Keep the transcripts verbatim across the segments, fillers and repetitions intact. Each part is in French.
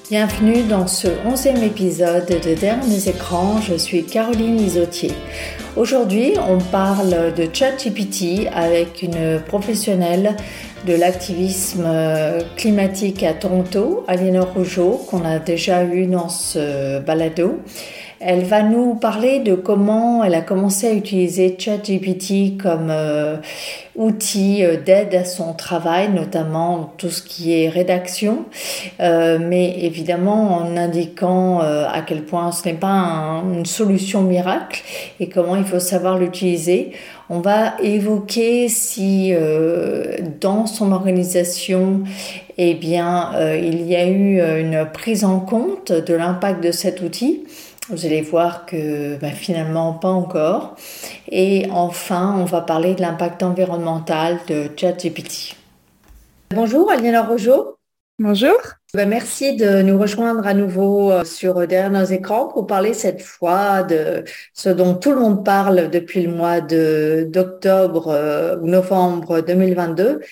Bienvenue dans ce onzième épisode de Derrière nos écrans, je suis Caroline Isotier. Aujourd'hui, on parle de ChatGPT avec une professionnelle de l'activisme climatique à Toronto, Aliénor Rougeau, qu'on a déjà eu dans ce balado. Elle va nous parler de comment elle a commencé à utiliser ChatGPT comme euh, outil d'aide à son travail, notamment tout ce qui est rédaction, euh, mais évidemment en indiquant euh, à quel point ce n'est pas un, une solution miracle et comment il faut savoir l'utiliser. On va évoquer si euh, dans son organisation, eh bien, euh, il y a eu une prise en compte de l'impact de cet outil. Vous allez voir que ben, finalement pas encore. Et enfin, on va parler de l'impact environnemental de ChatGPT. Bonjour Aliénor Rougeau. Bonjour. Ben, merci de nous rejoindre à nouveau sur Derrière nos écrans pour parler cette fois de ce dont tout le monde parle depuis le mois de, d'octobre euh, ou novembre deux mille vingt-deux.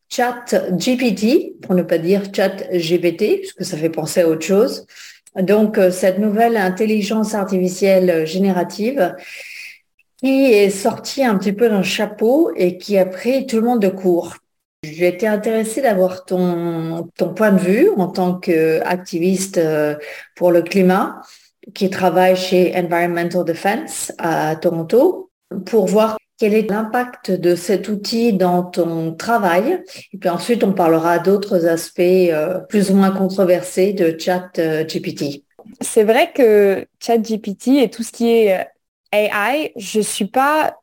ChatGPT, pour ne pas dire ChatGPT, puisque ça fait penser à autre chose. Donc, cette nouvelle intelligence artificielle générative qui est sortie un petit peu d'un chapeau et qui a pris tout le monde de court. J'ai été intéressée d'avoir ton, ton point de vue en tant qu'activiste pour le climat qui travaille chez Environmental Defense à Toronto pour voir quel est l'impact de cet outil dans ton travail. Et puis ensuite, on parlera d'autres aspects euh, plus ou moins controversés de ChatGPT. C'est vrai que ChatGPT et tout ce qui est A I, je suis pas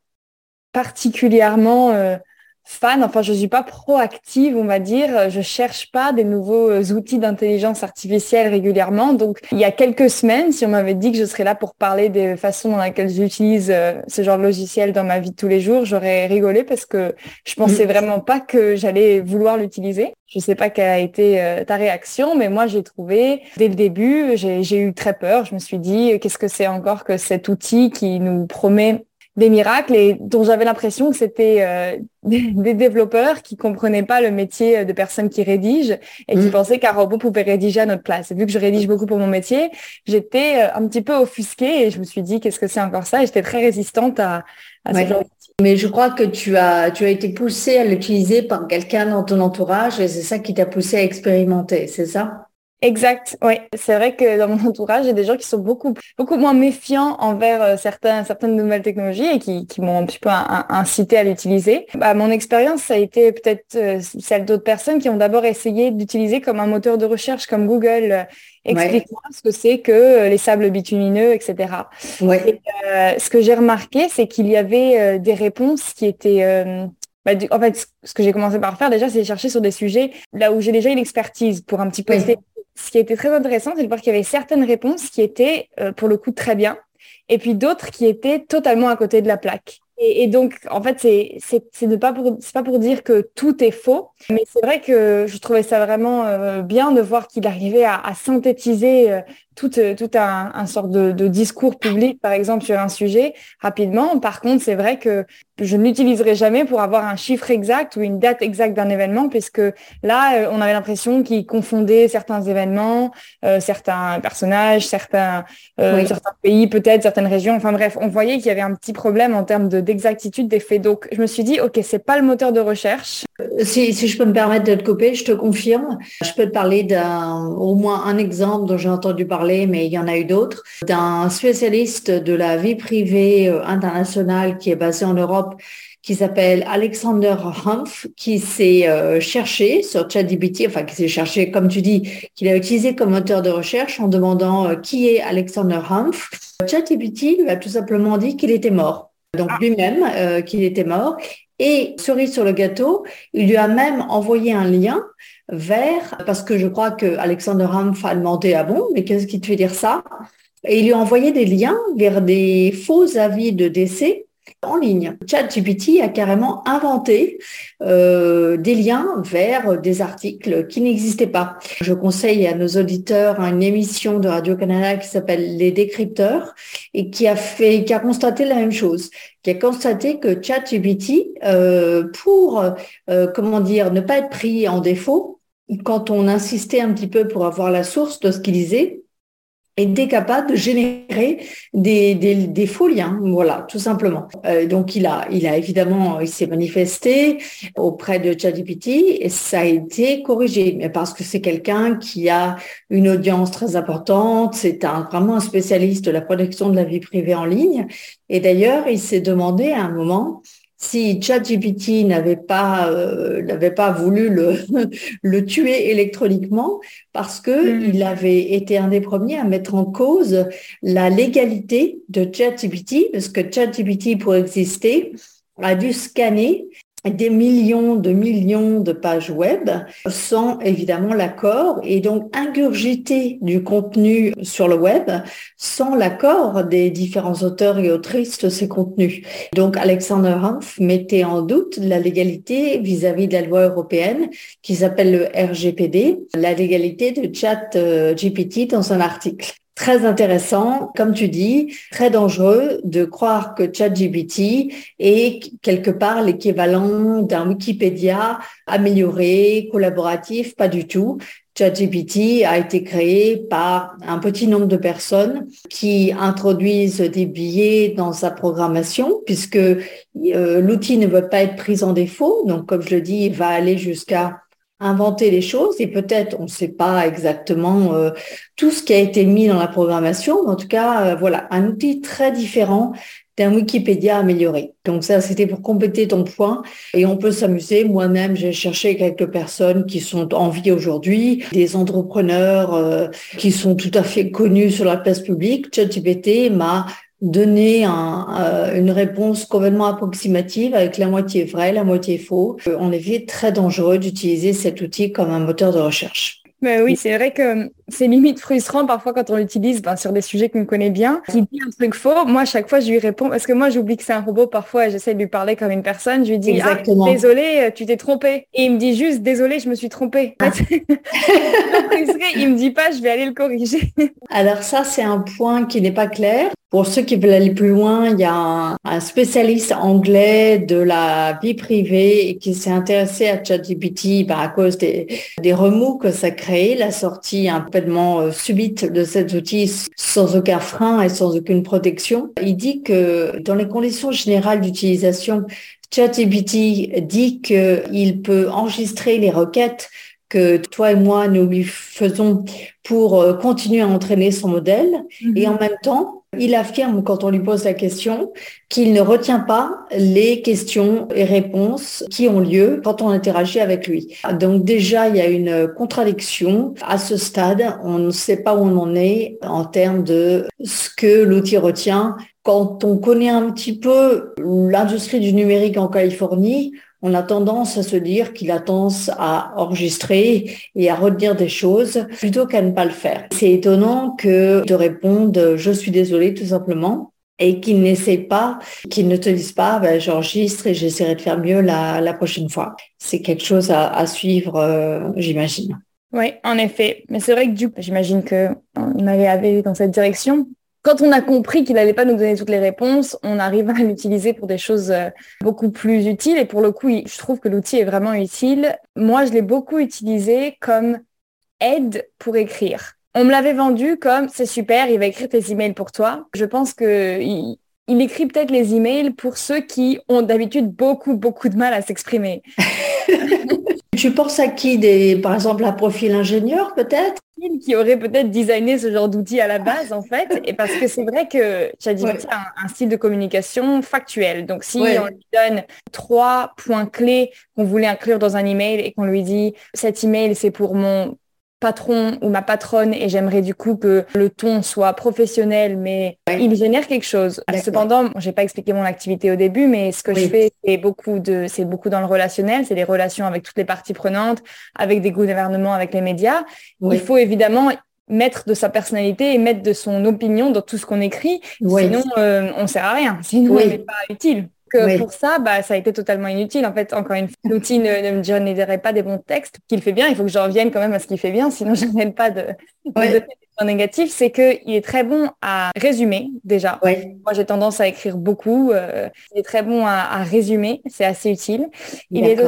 particulièrement euh, fan, enfin je suis pas proactive, on va dire. Je cherche pas des nouveaux outils d'intelligence artificielle régulièrement. Donc il y a quelques semaines, si on m'avait dit que je serais là pour parler des façons dans lesquelles j'utilise euh, ce genre de logiciel dans ma vie de tous les jours, j'aurais rigolé parce que je pensais vraiment pas que j'allais vouloir l'utiliser. Je sais pas quelle a été euh, ta réaction, mais moi j'ai trouvé dès le début, j'ai, j'ai eu très peur. Je me suis dit qu'est-ce que c'est encore que cet outil qui nous promet des miracles et dont j'avais l'impression que c'était euh, des, des développeurs qui comprenaient pas le métier de personnes qui rédigent et qui mmh. pensaient qu'un robot pouvait rédiger à notre place. Et vu que je rédige beaucoup pour mon métier, j'étais un petit peu offusquée et je me suis dit qu'est-ce que c'est encore ça, et j'étais très résistante à, à ouais. ce genre d'outil. Mais je crois que tu as, tu as été poussée à l'utiliser par quelqu'un dans ton entourage et c'est ça qui t'a poussée à expérimenter, c'est ça? Exact, oui. C'est vrai que dans mon entourage, j'ai des gens qui sont beaucoup, beaucoup moins méfiants envers euh, certains, certaines nouvelles technologies et qui, qui m'ont un petit peu un, un, incité à l'utiliser. Bah, mon expérience, ça a été peut-être euh, celle d'autres personnes qui ont d'abord essayé d'utiliser comme un moteur de recherche comme Google. Euh, Explique-moi ouais. ce que c'est que euh, les sables bitumineux, et cetera. Ouais. Et, euh, ce que j'ai remarqué, c'est qu'il y avait euh, des réponses qui étaient... Euh, Bah, du, en fait, ce que j'ai commencé par faire déjà, c'est chercher sur des sujets là où j'ai déjà une expertise pour un petit peu. Oui. Ce qui était très intéressant, c'est de voir qu'il y avait certaines réponses qui étaient euh, pour le coup très bien, et puis d'autres qui étaient totalement à côté de la plaque. Et, et donc, en fait, c'est c'est c'est de pas pour c'est pas pour dire que tout est faux, mais c'est vrai que je trouvais ça vraiment euh, bien de voir qu'il arrivait à, à synthétiser euh, tout, tout un, un sorte de, de discours public, par exemple, sur un sujet rapidement. Par contre, c'est vrai que je ne l'utiliserai jamais pour avoir un chiffre exact ou une date exacte d'un événement, puisque là, euh, on avait l'impression qu'il confondait certains événements, euh, certains personnages, certains, euh, oui. certains pays, peut-être certaines régions. Enfin bref, on voyait qu'il y avait un petit problème en termes de, d'exactitude des faits. Donc, je me suis dit, OK, c'est pas le moteur de recherche. Si, si je peux me permettre de te couper, je te confirme. Je peux te parler d'un, au moins un exemple dont j'ai entendu parler, mais il y en a eu d'autres, d'un spécialiste de la vie privée internationale qui est basé en Europe, qui s'appelle Alexander Humph, qui s'est euh, cherché sur ChatGPT, enfin qui s'est cherché, comme tu dis, qu'il a utilisé comme moteur de recherche en demandant euh, qui est Alexander Humph. ChatGPT lui a tout simplement dit qu'il était mort. Donc lui-même, euh, qu'il était mort. Et cerise sur le gâteau, il lui a même envoyé un lien vers, parce que je crois que Alexander Humph a demandé, ah bon, mais qu'est-ce qui te fait dire ça? Et il lui a envoyé des liens vers des faux avis de décès en ligne. ChatGPT a carrément inventé euh, des liens vers des articles qui n'existaient pas. Je conseille à nos auditeurs une émission de Radio-Canada qui s'appelle Les Décrypteurs et qui a fait, qui a constaté la même chose, qui a constaté que ChatGPT, euh, pour euh, comment dire, ne pas être pris en défaut, quand on insistait un petit peu pour avoir la source de ce qu'il disait, était capable de générer des, des, des faux liens, voilà, tout simplement. Euh, donc, il a, il a évidemment, il s'est manifesté auprès de ChatGPT et ça a été corrigé, mais parce que c'est quelqu'un qui a une audience très importante, c'est un, vraiment un spécialiste de la protection de la vie privée en ligne. Et d'ailleurs, il s'est demandé à un moment si ChatGPT n'avait pas, euh, n'avait pas voulu le, le tuer électroniquement, parce que Mm. il avait été un des premiers à mettre en cause la légalité de ChatGPT, parce que ChatGPT, pour exister, a dû scanner des millions de millions de pages web sans évidemment l'accord et donc ingurgiter du contenu sur le web sans l'accord des différents auteurs et autrices de ces contenus. Donc Alexander Humph mettait en doute la légalité vis-à-vis de la loi européenne qui s'appelle le R G P D, la légalité de ChatGPT dans un article. Très intéressant, comme tu dis, très dangereux de croire que ChatGPT est quelque part l'équivalent d'un Wikipédia amélioré, collaboratif, pas du tout. ChatGPT a été créé par un petit nombre de personnes qui introduisent des biais dans sa programmation, puisque euh, l'outil ne veut pas être pris en défaut. Donc, comme je le dis, il va aller jusqu'à inventer les choses et peut-être on ne sait pas exactement euh, tout ce qui a été mis dans la programmation, mais en tout cas, euh, voilà, un outil très différent d'un Wikipédia amélioré. Donc ça, c'était pour compléter ton point et on peut s'amuser. Moi-même, j'ai cherché quelques personnes qui sont en vie aujourd'hui, des entrepreneurs euh, qui sont tout à fait connus sur la place publique. ChatGPT m'a donner un, euh, une réponse complètement approximative avec la moitié vrai, la moitié faux. Euh, en effet, très dangereux d'utiliser cet outil comme un moteur de recherche. Mais oui, c'est vrai que c'est limite frustrant parfois quand on l'utilise ben, sur des sujets qu'on connaît bien. Qui dit un truc faux, moi à chaque fois je lui réponds, parce que moi j'oublie que c'est un robot parfois et j'essaie de lui parler comme une personne. Je lui dis Exactement. Ah, désolé, tu t'es trompé. Et il me dit juste désolé, je me suis trompé. Ah. Il me dit pas, je vais aller le corriger. Alors ça, c'est un point qui n'est pas clair. Pour ceux qui veulent aller plus loin, il y a un, un spécialiste anglais de la vie privée et qui s'est intéressé à ChatGPT bah, à cause des, des remous que ça crée, la sortie un complètement euh, subite de cet outil sans aucun frein et sans aucune protection. Il dit que dans les conditions générales d'utilisation, ChatGPT dit qu'il peut enregistrer les requêtes que toi et moi, nous lui faisons pour continuer à entraîner son modèle. Mm-hmm. Et en même temps, il affirme, quand on lui pose la question, qu'il ne retient pas les questions et réponses qui ont lieu quand on interagit avec lui. Donc déjà, il y a une contradiction. À ce stade, on ne sait pas où on en est en termes de ce que l'outil retient. Quand on connaît un petit peu l'industrie du numérique en Californie, on a tendance à se dire qu'il a tendance à enregistrer et à retenir des choses plutôt qu'à ne pas le faire. C'est étonnant que te réponde « je suis désolé » tout simplement et qu'il n'essaie pas, qu'il ne te dise pas ben, « j'enregistre et j'essaierai de faire mieux la, la prochaine fois ». C'est quelque chose à, à suivre, euh, j'imagine. Oui, en effet. Mais c'est vrai que du coup, j'imagine qu'on allait aller dans cette direction. Quand on a compris qu'il n'allait pas nous donner toutes les réponses, on arrive à l'utiliser pour des choses beaucoup plus utiles. Et pour le coup, je trouve que l'outil est vraiment utile. Moi, je l'ai beaucoup utilisé comme aide pour écrire. On me l'avait vendu comme c'est super, il va écrire tes emails pour toi. Je pense que il, il écrit peut-être les emails pour ceux qui ont d'habitude beaucoup, beaucoup de mal à s'exprimer. Tu penses à qui des, par exemple, un profil ingénieur peut-être? Qui aurait peut-être designé ce genre d'outil à la base, en fait. Et parce que c'est vrai que ChatGPT ouais. a un, un style de communication factuel. Donc, si ouais. on lui donne trois points clés qu'on voulait inclure dans un email et qu'on lui dit « cet email, c'est pour mon patron ou ma patronne et j'aimerais du coup que le ton soit professionnel, mais oui. il génère quelque chose. » Cependant, bon, j'ai pas expliqué mon activité au début, mais ce que oui. je fais, c'est beaucoup de, c'est beaucoup dans le relationnel, c'est des relations avec toutes les parties prenantes, avec des gouvernements, avec les médias. Oui. Il faut évidemment mettre de sa personnalité et mettre de son opinion dans tout ce qu'on écrit. Oui. Sinon, euh, on sert à rien. Sinon, oui. on n'est pas utile. Que oui. Pour ça, bah, ça a été totalement inutile. En fait, encore une fois, l'outil ne, ne me générerait pas des bons textes qu'il fait bien. Il faut que je revienne quand même à ce qu'il fait bien, sinon je n'arrête pas de, de oui. donner des points négatifs. C'est qu'il est très bon à résumer, déjà. Oui. Moi, j'ai tendance à écrire beaucoup. Euh, il est très bon à, à résumer. C'est assez utile. Il D'accord. est aussi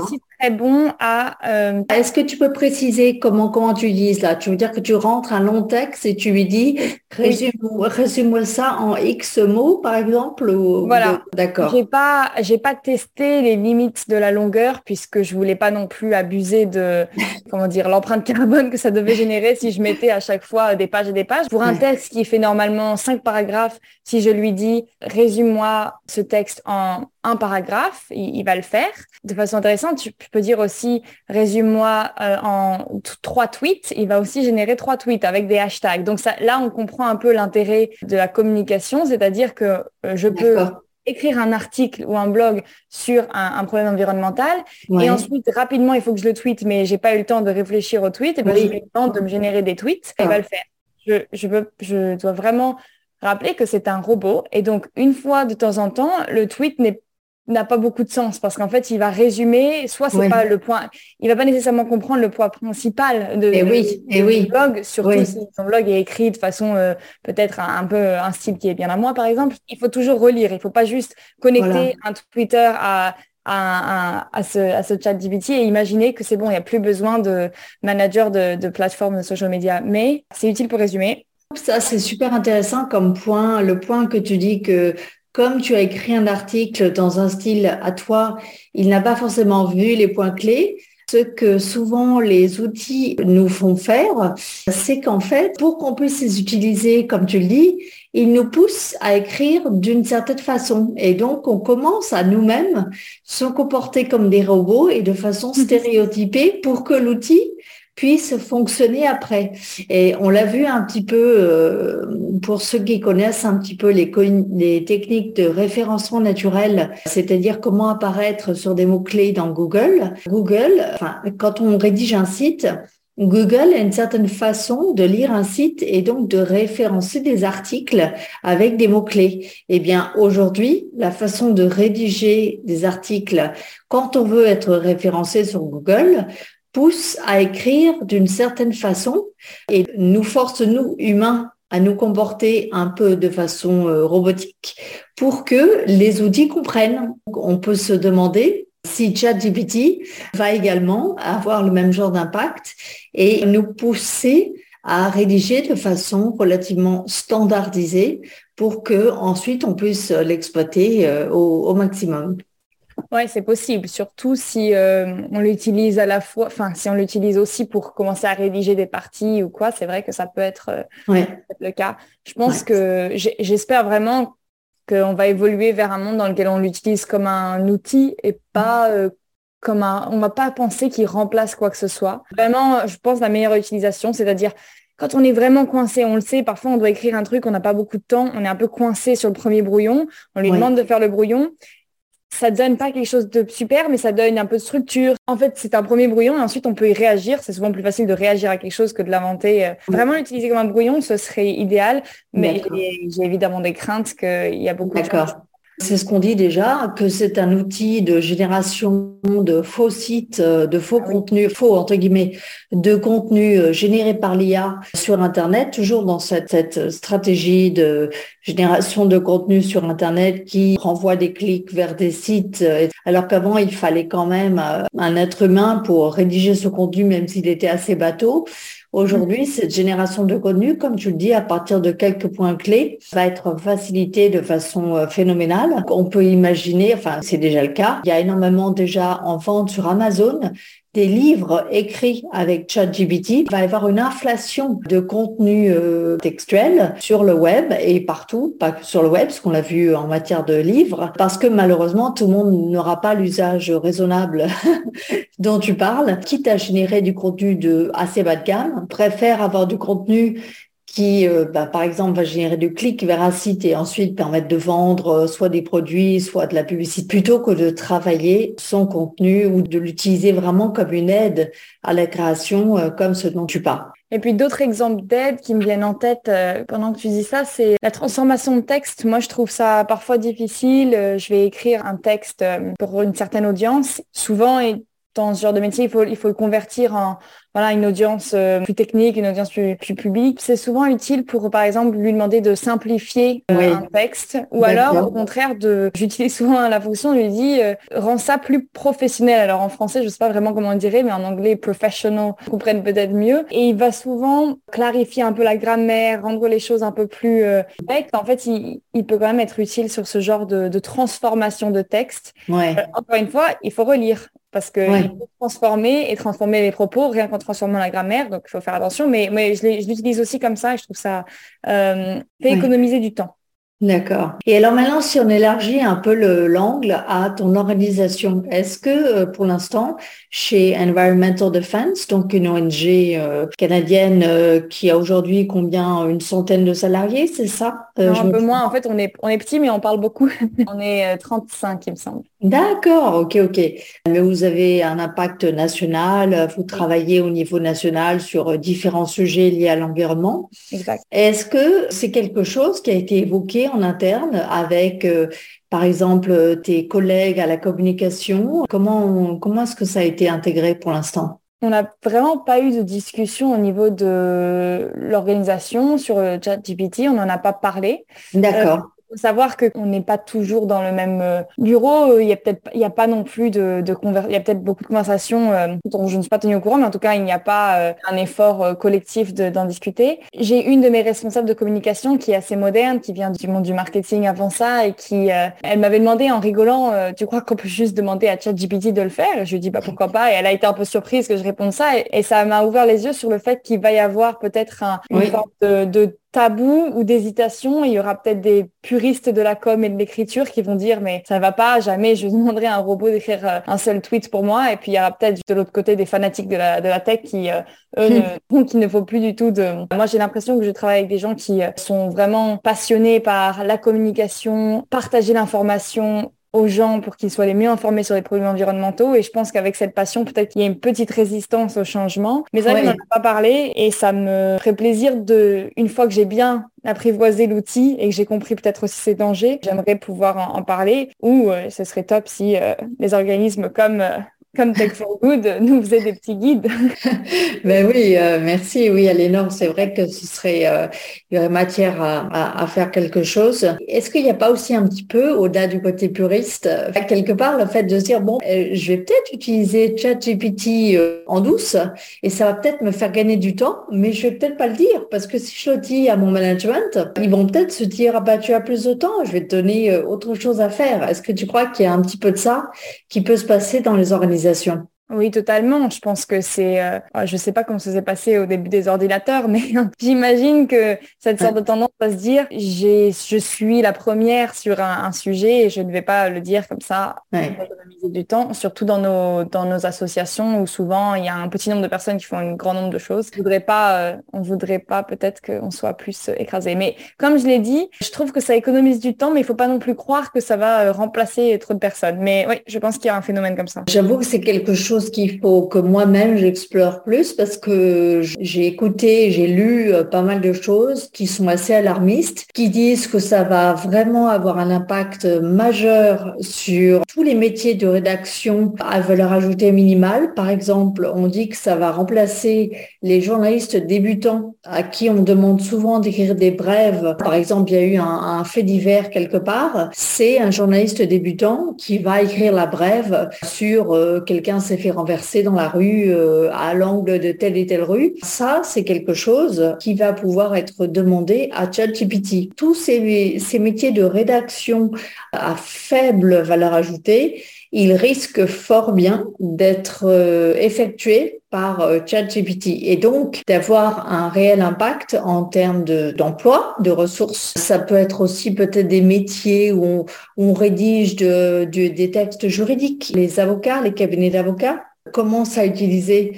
très bon à... Euh... Est-ce que tu peux préciser comment, comment tu utilises là? Tu veux dire que tu rentres un long texte et tu lui dis Oui. résume, résume-moi ça en X mots, par exemple? Ou de... Voilà. J'ai D'accord. pas, j'ai pas testé les limites de la longueur puisque je voulais pas non plus abuser de, comment dire, l'empreinte carbone que ça devait générer si je mettais à chaque fois des pages et des pages. Pour un Ouais. texte qui fait normalement cinq paragraphes, si je lui dis résume-moi ce texte en un paragraphe, il, il va le faire de façon intéressante. Tu peux dire aussi résume-moi euh, en t- trois tweets. Il va aussi générer trois tweets avec des hashtags. Donc ça, là, on comprend un peu l'intérêt de la communication, c'est-à-dire que euh, je peux D'accord. écrire un article ou un blog sur un, un problème environnemental et Ouais. ensuite rapidement il faut que je le tweete mais j'ai pas eu le temps de réfléchir au tweet et ben je Oui. lui demande de me générer des tweets et il va le D'accord. faire. Je, je, veux, je dois vraiment rappeler que c'est un robot et donc une fois de temps en temps le tweet n'est n'a pas beaucoup de sens parce qu'en fait il va résumer soit c'est pas Oui. le point, il va pas nécessairement comprendre le point principal de, Et de, oui. Et de- du oui. blog, surtout Oui. si son blog est écrit de façon euh, peut-être un, un peu un style qui est bien à moi par exemple. Il faut toujours relire, il faut pas juste connecter Voilà. un Twitter à à, à, à ce, à ce chat G P T et imaginer que c'est bon, il n'y a plus besoin de manager de, de plateforme de social media, mais c'est utile pour résumer. Ça, c'est super intéressant comme point, le point que tu dis que comme tu as écrit un article dans un style à toi, il n'a pas forcément vu les points clés. Ce que souvent les outils nous font faire, c'est qu'en fait, pour qu'on puisse les utiliser, comme tu le dis, ils nous poussent à écrire d'une certaine façon. Et donc, on commence à nous-mêmes se comporter comme des robots et de façon stéréotypée pour que l'outil puisse fonctionner après. Et on l'a vu un petit peu, euh, pour ceux qui connaissent un petit peu les, les techniques de référencement naturel, c'est-à-dire comment apparaître sur des mots-clés dans Google. Google, enfin, quand on rédige un site, Google a une certaine façon de lire un site et donc de référencer des articles avec des mots-clés. Eh bien, aujourd'hui, la façon de rédiger des articles quand on veut être référencé sur Google pousse à écrire d'une certaine façon et nous force, nous, humains, à nous comporter un peu de façon euh, robotique pour que les outils comprennent. On peut se demander si ChatGPT va également avoir le même genre d'impact et nous pousser à rédiger de façon relativement standardisée pour que ensuite on puisse l'exploiter euh, au, au maximum. Ouais, c'est possible, surtout si euh, on l'utilise à la fois, enfin, si on l'utilise aussi pour commencer à rédiger des parties ou quoi, c'est vrai que ça peut être, euh, Ouais. le cas. Je pense Ouais. que j'espère vraiment qu'on va évoluer vers un monde dans lequel on l'utilise comme un outil et pas euh, comme un... On va pas penser qu'il remplace quoi que ce soit. Vraiment, je pense la meilleure utilisation, c'est-à-dire quand on est vraiment coincé, on le sait, parfois on doit écrire un truc, on n'a pas beaucoup de temps, on est un peu coincé sur le premier brouillon, on lui Ouais. demande de faire le brouillon. Ça donne pas quelque chose de super, mais ça donne un peu de structure. En fait, c'est un premier brouillon et ensuite on peut y réagir. C'est souvent plus facile de réagir à quelque chose que de l'inventer. Vraiment l'utiliser comme un brouillon, ce serait idéal, mais j'ai j'ai évidemment des craintes qu'il y a beaucoup de gens. D'accord. C'est ce qu'on dit déjà, que c'est un outil de génération de faux sites, de faux Ah oui. contenus, faux entre guillemets, de contenus générés par l'I A sur Internet, toujours dans cette, cette stratégie de génération de contenu sur Internet qui renvoie des clics vers des sites, alors qu'avant, il fallait quand même un être humain pour rédiger ce contenu, même s'il était assez bateau. Aujourd'hui, cette génération de contenu, comme tu le dis, à partir de quelques points clés, va être facilitée de façon phénoménale. On peut imaginer, enfin, c'est déjà le cas, il y a énormément déjà en vente sur Amazon des livres écrits avec ChatGPT. Il va y avoir une inflation de contenu euh, textuel sur le web et partout, pas que sur le web, ce qu'on l'a vu en matière de livres, parce que malheureusement, tout le monde n'aura pas l'usage raisonnable dont tu parles, quitte à générer du contenu de assez bas de gamme, préfère avoir du contenu qui, euh, bah, par exemple, va générer du clic vers un site et ensuite permettre de vendre euh, soit des produits, soit de la publicité, plutôt que de travailler son contenu ou de l'utiliser vraiment comme une aide à la création, euh, comme ce dont tu parles. Et puis d'autres exemples d'aide qui me viennent en tête euh, pendant que tu dis ça, c'est la transformation de texte. Moi, je trouve ça parfois difficile. Euh, je vais écrire un texte euh, pour une certaine audience. Souvent, et dans ce genre de métier, il faut, il faut le convertir en voilà, une audience euh, plus technique, une audience plus, plus publique. C'est souvent utile pour, par exemple, lui demander de simplifier euh, Oui, un texte ou alors, au d'accord. contraire, de, j'utilise souvent la fonction, on lui dit, euh, rends ça plus professionnel. Alors, en français, je sais pas vraiment comment on dirait, mais en anglais, professional, comprennent peut-être mieux. Et il va souvent clarifier un peu la grammaire, rendre les choses un peu plus euh, correctes. En fait, il, il peut quand même être utile sur ce genre de, de transformation de texte. Euh, Ouais, encore une fois, il faut relire parce qu'il ouais. peut transformer et transformer les propos rien qu'en transformant la grammaire, donc il faut faire attention, mais, mais je l'ai- je l'utilise aussi comme ça et je trouve ça euh, fait Ouais. économiser du temps. D'accord. Et alors maintenant, si on élargit un peu le- l'angle à ton organisation, est-ce que euh, pour l'instant, chez Environmental Defense, donc une O N G euh, canadienne euh, qui a aujourd'hui combien, une centaine de salariés, c'est ça? Euh, Non, je un me peu moins, en fait, on est, on est petit, mais on parle beaucoup. On est euh, trente-cinq, il me semble. D'accord, ok, ok. Mais vous avez un impact national, euh, vous Oui, travaillez au niveau national sur euh, différents sujets liés à l'environnement. exact. Est-ce que c'est quelque chose qui a été évoqué en interne avec, euh, par exemple, euh, tes collègues à la communication? Comment, comment est-ce que ça a été intégré pour l'instant? On n'a vraiment pas eu de discussion au niveau de l'organisation sur le chat G P T, on n'en a pas parlé. Euh, D'accord. faut savoir qu'on n'est pas toujours dans le même euh, bureau. Il y a peut-être, il y a pas non plus de, de conver- il y a peut-être beaucoup de conversations euh, dont je ne suis pas tenue au courant, mais en tout cas, il n'y a pas euh, un effort euh, collectif de- d'en discuter. J'ai une de mes responsables de communication qui est assez moderne, qui vient du monde du marketing avant ça et qui, euh, elle m'avait demandé en rigolant, euh, tu crois qu'on peut juste demander à ChatGPT de le faire? Et je lui ai dit, bah pourquoi pas? Et elle a été un peu surprise que je réponde ça et, et ça m'a ouvert les yeux sur le fait qu'il va y avoir peut-être un- une Oui. forme de, de tabou ou d'hésitation. Il y aura peut-être des puristes de la com et de l'écriture qui vont dire mais ça va pas, jamais je demanderai à un robot d'écrire euh, un seul tweet pour moi. Et puis il y aura peut-être de l'autre côté des fanatiques de la, de la tech qui, euh, eux, ne, qui ne faut plus du tout de... Moi, j'ai l'impression que je travaille avec des gens qui euh, sont vraiment passionnés par la communication, partager l'information aux gens pour qu'ils soient les mieux informés sur les problèmes environnementaux. Et je pense qu'avec cette passion, peut-être qu'il y a une petite résistance au changement. Mais c'est vrai qu'on n'en a Oui. pas parlé et ça me ferait plaisir de, une fois que j'ai bien apprivoisé l'outil et que j'ai compris peut-être aussi ses dangers, j'aimerais pouvoir en, en parler ou euh, ce serait top si euh, les organismes comme, euh, comme Tech for Good nous faisaient des petits guides. Ben oui, euh, merci. Oui, Alénor, c'est vrai que ce serait, euh, il y aurait matière à, à, à faire quelque chose. Est-ce qu'il n'y a pas aussi un petit peu, au-delà du côté puriste, euh, quelque part le fait de se dire, bon, euh, je vais peut-être utiliser ChatGPT euh, en douce et ça va peut-être me faire gagner du temps, mais je vais peut-être pas le dire parce que si je le dis à mon management, ils vont peut-être se dire, ah bah, tu as plus de temps, je vais te donner euh, autre chose à faire. Est-ce que tu crois qu'il y a un petit peu de ça qui peut se passer dans les organisations? Oui, totalement. Je pense que c'est, euh, euh, je sais pas comment ça s'est passé au début des ordinateurs, mais j'imagine que cette sorte de tendance à se dire, j'ai, je suis la première sur un, un sujet et je ne vais pas le dire comme ça pour Ouais. économiser du temps, surtout dans nos, dans nos associations où souvent il y a un petit nombre de personnes qui font un grand nombre de choses. On voudrait pas, euh, on voudrait pas peut-être qu'on soit plus euh, écrasé. Mais comme je l'ai dit, je trouve que ça économise du temps, mais il faut pas non plus croire que ça va euh, remplacer trop de personnes. Mais oui, je pense qu'il y a un phénomène comme ça. J'avoue que c'est quelque chose qu'il faut que moi-même j'explore plus parce que j'ai écouté, j'ai lu euh, pas mal de choses qui sont assez alarmistes, qui disent que ça va vraiment avoir un impact majeur sur tous les métiers de rédaction à valeur ajoutée minimale. Par exemple, on dit que ça va remplacer les journalistes débutants à qui on demande souvent d'écrire des brèves. Par exemple, il y a eu un, un fait divers quelque part. C'est un journaliste débutant qui va écrire la brève sur euh, quelqu'un s'est fait renverser dans la rue euh, à l'angle de telle et telle rue. Ça, c'est quelque chose qui va pouvoir être demandé à ChatGPT. Tous ces, ces métiers de rédaction à faible valeur ajoutée, ils risquent fort bien d'être euh, effectués par euh, ChatGPT et donc d'avoir un réel impact en termes de, d'emploi, de ressources. Ça peut être aussi peut-être des métiers où on, où on rédige de, de, des textes juridiques. Les avocats, les cabinets d'avocats commencent à utiliser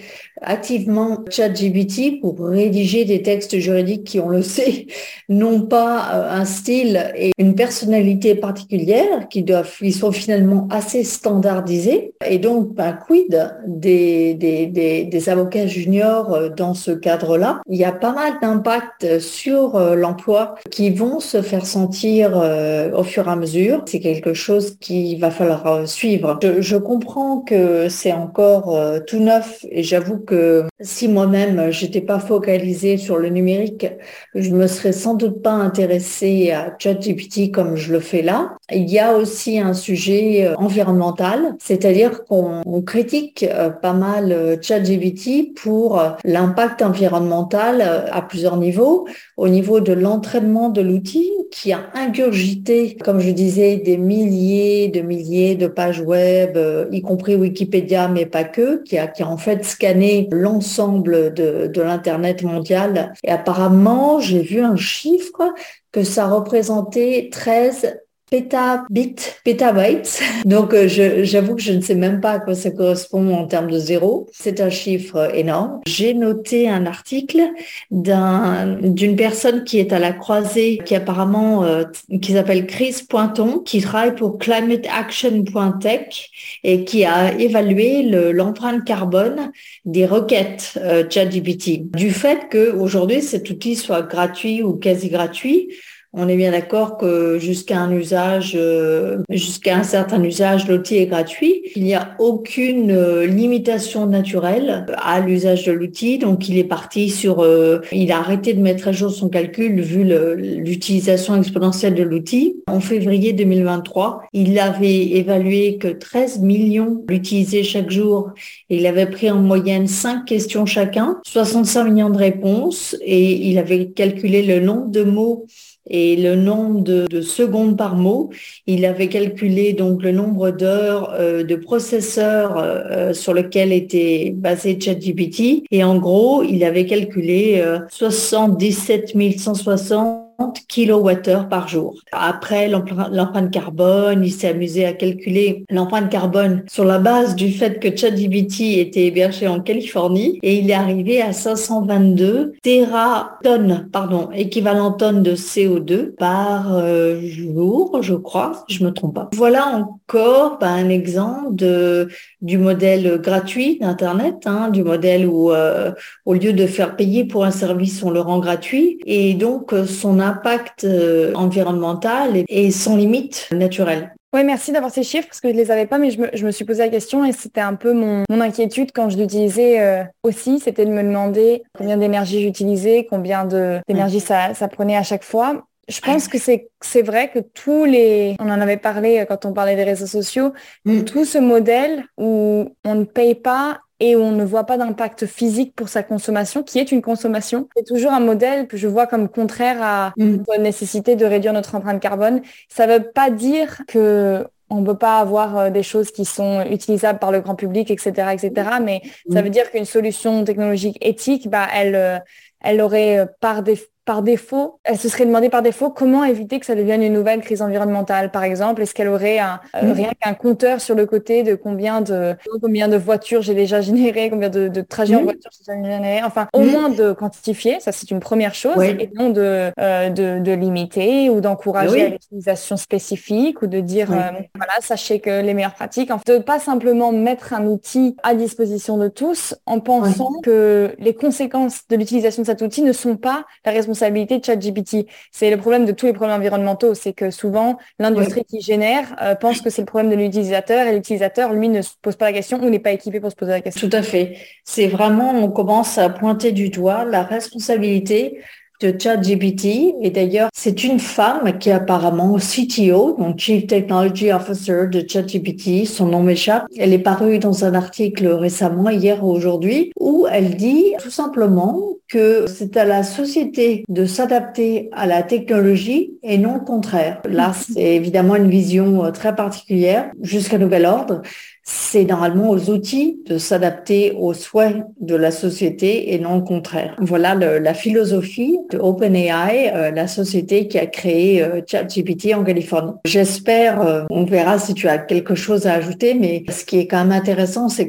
activement ChatGPT pour rédiger des textes juridiques qui, on le sait, n'ont pas un style et une personnalité particulière, qui doivent, ils sont finalement assez standardisés. Et donc, ben, quid des, des, des, des avocats juniors dans ce cadre-là? Il y a pas mal d'impacts sur l'emploi qui vont se faire sentir euh, au fur et à mesure. C'est quelque chose qu'il va falloir suivre. Je, je comprends que c'est encore euh, tout neuf et j'avoue que si moi-même j'étais pas focalisée sur le numérique, je me serais sans doute pas intéressée à ChatGPT comme je le fais là. Il y a aussi un sujet environnemental, c'est-à-dire qu'on on critique euh, pas mal euh, ChatGPT pour euh, l'impact environnemental euh, à plusieurs niveaux. Au niveau de l'entraînement de l'outil qui a ingurgité, comme je disais, des milliers de milliers de pages web, euh, y compris Wikipédia, mais pas que, qui a, qui a en fait scanné l'ensemble de, de l'Internet mondial. Et apparemment, j'ai vu un chiffre que ça représentait treize pétabits, pétabytes. Donc, euh, je, j'avoue que je ne sais même pas à quoi ça correspond en termes de zéro. C'est un chiffre énorme. J'ai noté un article d'un, d'une personne qui est à la croisée, qui apparemment, euh, qui s'appelle Chris Pointon, qui travaille pour climate action point tech et qui a évalué le, l'empreinte carbone des requêtes euh, ChatGPT. Du fait qu'aujourd'hui, cet outil soit gratuit ou quasi gratuit, on est bien d'accord que jusqu'à un usage, euh, jusqu'à un certain usage, l'outil est gratuit. Il n'y a aucune euh, limitation naturelle à l'usage de l'outil. Donc, il est parti sur, euh, il a arrêté de mettre à jour son calcul vu le, l'utilisation exponentielle de l'outil. En février deux mille vingt-trois, il avait évalué que treize millions l'utilisaient chaque jour. Il avait pris en moyenne cinq questions chacun, soixante-cinq millions de réponses et il avait calculé le nombre de mots et le nombre de, de secondes par mot. Il avait calculé donc le nombre d'heures euh, de processeurs euh, sur lequel était basé ChatGPT. Et en gros, il avait calculé euh, soixante-dix-sept mille cent soixante kilowattheures par jour. Après l'empreinte carbone, il s'est amusé à calculer l'empreinte carbone sur la base du fait que ChatGPT était hébergé en Californie et il est arrivé à cinq cent vingt-deux tératonnes, pardon, équivalent tonnes de C O deux par euh, jour, je crois, si je me trompe pas. Voilà encore bah, un exemple de, du modèle gratuit d'Internet, hein, du modèle où euh, au lieu de faire payer pour un service, on le rend gratuit et donc son impact euh, environnemental et, et sans limite naturelle. Oui, merci d'avoir ces chiffres parce que je ne les avais pas, mais je me, je me suis posé la question et c'était un peu mon, mon inquiétude quand je l'utilisais euh, aussi, c'était de me demander combien d'énergie j'utilisais, combien de, d'énergie ça, ça prenait à chaque fois. Je pense que c'est, c'est vrai que tous les... On en avait parlé quand on parlait des réseaux sociaux, mm. tout ce modèle où on ne paye pas et où on ne voit pas d'impact physique pour sa consommation, qui est une consommation, c'est toujours un modèle que je vois comme contraire à mm. la nécessité de réduire notre empreinte carbone. Ça ne veut pas dire que on ne peut pas avoir des choses qui sont utilisables par le grand public, et cetera, et cetera. Mais mm. ça veut dire qu'une solution technologique éthique, bah, elle, elle aurait par défaut par défaut, elle se serait demandé par défaut comment éviter que ça devienne une nouvelle crise environnementale, par exemple. Est-ce qu'elle aurait un, mmh. euh, rien qu'un compteur sur le côté de combien de, combien de voitures j'ai déjà généré, combien de, de trajets mmh. en voiture j'ai déjà généré. Enfin, au mmh. moins de quantifier, ça c'est une première chose, oui. et non de, euh, de, de limiter ou d'encourager oui. à l'utilisation spécifique ou de dire, oui. euh, voilà, sachez que les meilleures pratiques, en fait, de pas simplement mettre un outil à disposition de tous en pensant oui. que les conséquences de l'utilisation de cet outil ne sont pas la responsabilité responsabilité de ChatGPT. C'est le problème de tous les problèmes environnementaux, c'est que souvent l'industrie oui. qui génère euh, pense que c'est le problème de l'utilisateur et l'utilisateur, lui, ne se pose pas la question ou n'est pas équipé pour se poser la question. Tout à fait. C'est vraiment, on commence à pointer du doigt la responsabilité de ChatGPT. Et d'ailleurs, c'est une femme qui est apparemment C T O, donc Chief Technology Officer de ChatGPT. Son nom m'échappe. Elle est parue dans un article récemment, hier ou aujourd'hui, où elle dit tout simplement que c'est à la société de s'adapter à la technologie et non le contraire. Là, c'est évidemment une vision très particulière. Jusqu'à nouvel ordre, c'est normalement aux outils de s'adapter aux souhaits de la société et non le contraire. Voilà le, la philosophie de OpenAI, euh, la société qui a créé euh, ChatGPT en Californie. J'espère, euh, on verra si tu as quelque chose à ajouter, mais ce qui est quand même intéressant, c'est que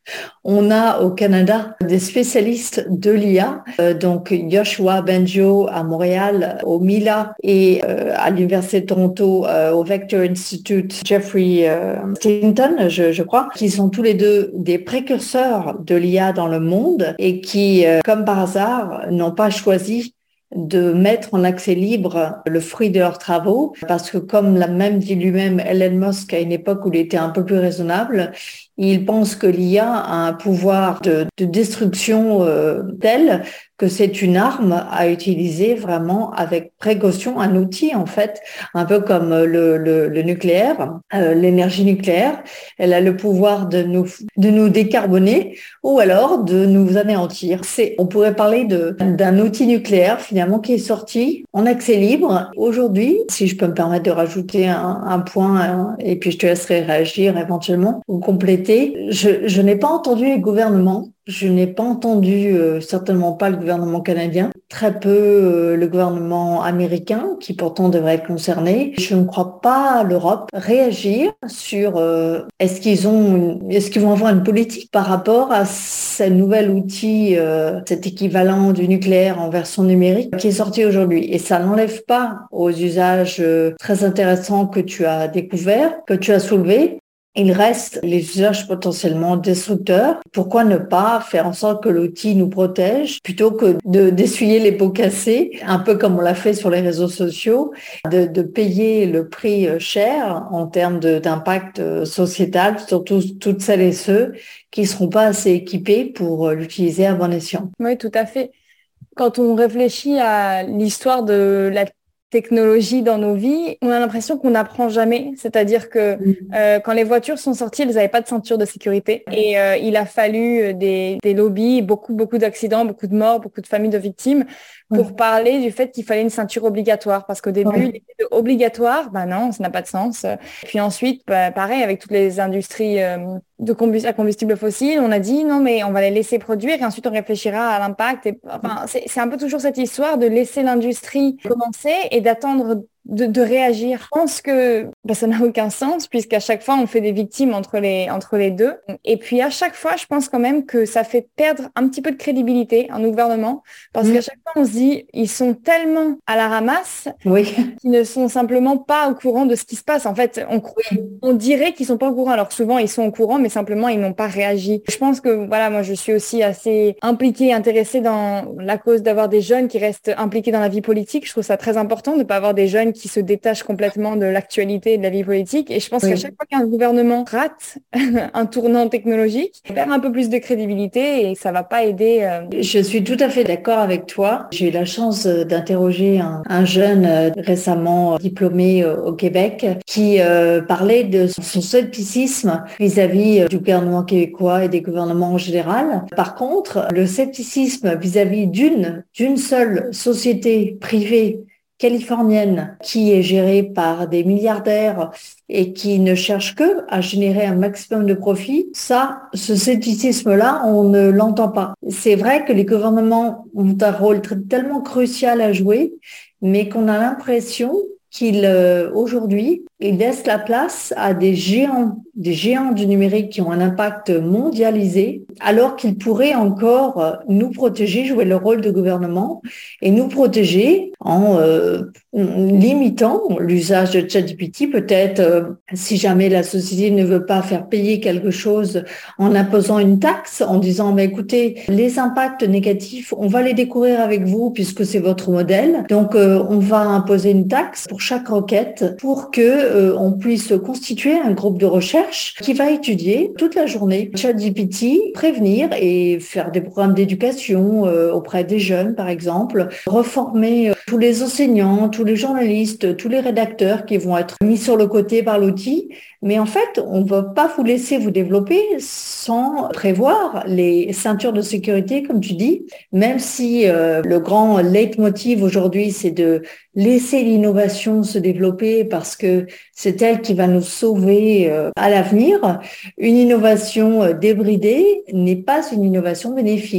On a au Canada des spécialistes de l'I A, euh, donc Yoshua Bengio à Montréal, au Mila et euh, à l'Université de Toronto, euh, au Vector Institute, Jeffrey euh, Stinton, je, je crois, qui sont tous les deux des précurseurs de l'I A dans le monde et qui, euh, comme par hasard, n'ont pas choisi de mettre en accès libre le fruit de leurs travaux, parce que comme l'a même dit lui-même Elon Musk à une époque où il était un peu plus raisonnable, il pense que l'I A a un pouvoir de, de destruction euh, tel que c'est une arme à utiliser vraiment avec précaution, un outil en fait, un peu comme le, le, le nucléaire, euh, l'énergie nucléaire. Elle a le pouvoir de nous, de nous décarboner ou alors de nous anéantir. C'est, on pourrait parler de, d'un outil nucléaire finalement qui est sorti en accès libre. Aujourd'hui, si je peux me permettre de rajouter un, un point, hein, et puis je te laisserai réagir éventuellement ou compléter, je, je n'ai pas entendu les gouvernements. Je n'ai pas entendu, euh, certainement pas le gouvernement canadien, très peu euh, le gouvernement américain, qui pourtant devrait être concerné. Je ne crois pas l'Europe réagir sur euh, est-ce qu'ils ont, une, est-ce qu'ils vont avoir une politique par rapport à ce nouvel outil, euh, cet équivalent du nucléaire en version numérique qui est sorti aujourd'hui. Et ça n'enlève pas aux usages euh, très intéressants que tu as découverts, que tu as soulevés. Il reste les usages potentiellement destructeurs. Pourquoi ne pas faire en sorte que l'outil nous protège plutôt que de d'essuyer les pots cassés, un peu comme on l'a fait sur les réseaux sociaux, de, de payer le prix cher en termes de, d'impact sociétal, surtout toutes celles et ceux qui ne seront pas assez équipés pour l'utiliser à bon escient. Oui, tout à fait. Quand on réfléchit à l'histoire de la technologie dans nos vies, on a l'impression qu'on n'apprend jamais. C'est-à-dire que euh, quand les voitures sont sorties, elles n'avaient pas de ceinture de sécurité. Et euh, il a fallu des, des lobbies, beaucoup, beaucoup d'accidents, beaucoup de morts, beaucoup de familles de victimes pour ouais. parler du fait qu'il fallait une ceinture obligatoire. Parce qu'au début, ouais. l'idée de obligatoire, bah non, ça n'a pas de sens. Puis ensuite, bah, pareil, avec toutes les industries euh, de combust- à combustible fossile, on a dit non, mais on va les laisser produire et ensuite on réfléchira à l'impact. Et, enfin, c'est, c'est un peu toujours cette histoire de laisser l'industrie commencer et d'attendre de, de réagir. Je pense que bah, ça n'a aucun sens puisqu'à chaque fois on fait des victimes entre les entre les deux. Et puis à chaque fois, je pense quand même que ça fait perdre un petit peu de crédibilité à nos gouvernements parce mmh. qu'à chaque fois on se dit ils sont tellement à la ramasse oui. qu'ils ne sont simplement pas au courant de ce qui se passe. En fait, on oui. on dirait qu'ils sont pas au courant alors que souvent ils sont au courant mais simplement ils n'ont pas réagi. Je pense que voilà, moi je suis aussi assez impliquée, intéressée dans la cause d'avoir des jeunes qui restent impliqués dans la vie politique. Je trouve ça très important de ne pas avoir des jeunes qui se détachent complètement de l'actualité et de la vie politique. Et je pense oui. qu'à chaque fois qu'un gouvernement rate un tournant technologique, il perd un peu plus de crédibilité et ça va pas aider. Euh... Je suis tout à fait d'accord avec toi. J'ai eu la chance d'interroger un, un jeune euh, récemment diplômé euh, au Québec qui euh, parlait de son scepticisme vis-à-vis euh, du gouvernement québécois et des gouvernements en général. Par contre, le scepticisme vis-à-vis d'une, d'une seule société privée californienne qui est gérée par des milliardaires et qui ne cherche que à générer un maximum de profit, ça, ce scepticisme-là, on ne l'entend pas. C'est vrai que les gouvernements ont un rôle tellement crucial à jouer, mais qu'on a l'impression qu'ils, euh, aujourd'hui, ils laissent la place à des géants, des géants du numérique qui ont un impact mondialisé, alors qu'ils pourraient encore nous protéger, jouer le rôle de gouvernement et nous protéger en euh, limitant l'usage de ChatGPT, peut-être euh, si jamais la société ne veut pas faire payer quelque chose en imposant une taxe, en disant bah, écoutez, les impacts négatifs, on va les découvrir avec vous puisque c'est votre modèle, donc euh, on va imposer une taxe pour chaque requête pour que euh, on puisse constituer un groupe de recherche qui va étudier toute la journée ChatGPT, prévenir et faire des programmes d'éducation euh, auprès des jeunes par exemple, reformer euh, tous les enseignants, tous les journalistes, tous les rédacteurs qui vont être mis sur le côté par l'outil. Mais en fait, on ne va pas vous laisser vous développer sans prévoir les ceintures de sécurité, comme tu dis, même si euh, le grand leitmotiv aujourd'hui, c'est de laisser l'innovation se développer parce que c'est elle qui va nous sauver euh, à l'avenir. Une innovation euh, débridée n'est pas une innovation bénéfique.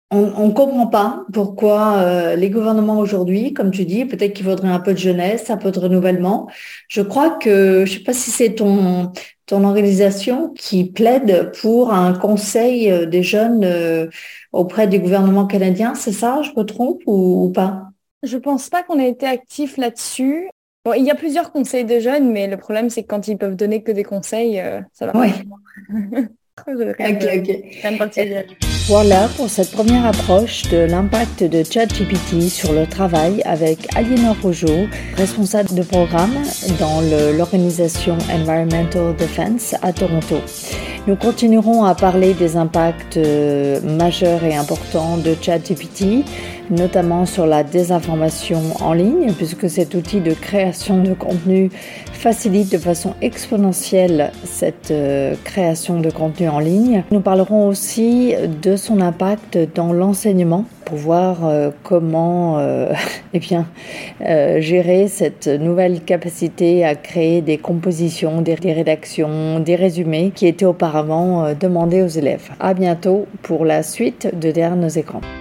On ne comprend pas pourquoi euh, les gouvernements aujourd'hui, comme tu dis, peut-être qu'il faudrait un peu de jeunesse, un peu de renouvellement. Je crois que, je sais pas si c'est ton, ton organisation qui plaide pour un conseil euh, des jeunes euh, auprès du gouvernement canadien, c'est ça, je me trompe ou, ou pas? Je pense pas qu'on ait été actif là-dessus. Bon, il y a plusieurs conseils de jeunes, mais le problème, c'est que quand ils peuvent donner que des conseils, euh, ça va pas Oui, vraiment. Rien ok, de, rien de ok. particulier. Voilà pour cette première approche de l'impact de ChatGPT sur le travail avec Aliénor Rougeau, responsable de programme dans le- l'organisation Environmental Defense à Toronto. Nous continuerons à parler des impacts euh, majeurs et importants de ChatGPT, notamment sur la désinformation en ligne, puisque cet outil de création de contenu facilite de façon exponentielle cette euh, création de contenu en ligne. Nous parlerons aussi de son impact dans l'enseignement pour voir euh, comment euh, eh bien, euh, gérer cette nouvelle capacité à créer des compositions, des, des rédactions, des résumés qui étaient auparavant euh, demandés aux élèves. À bientôt pour la suite de Derrière nos écrans.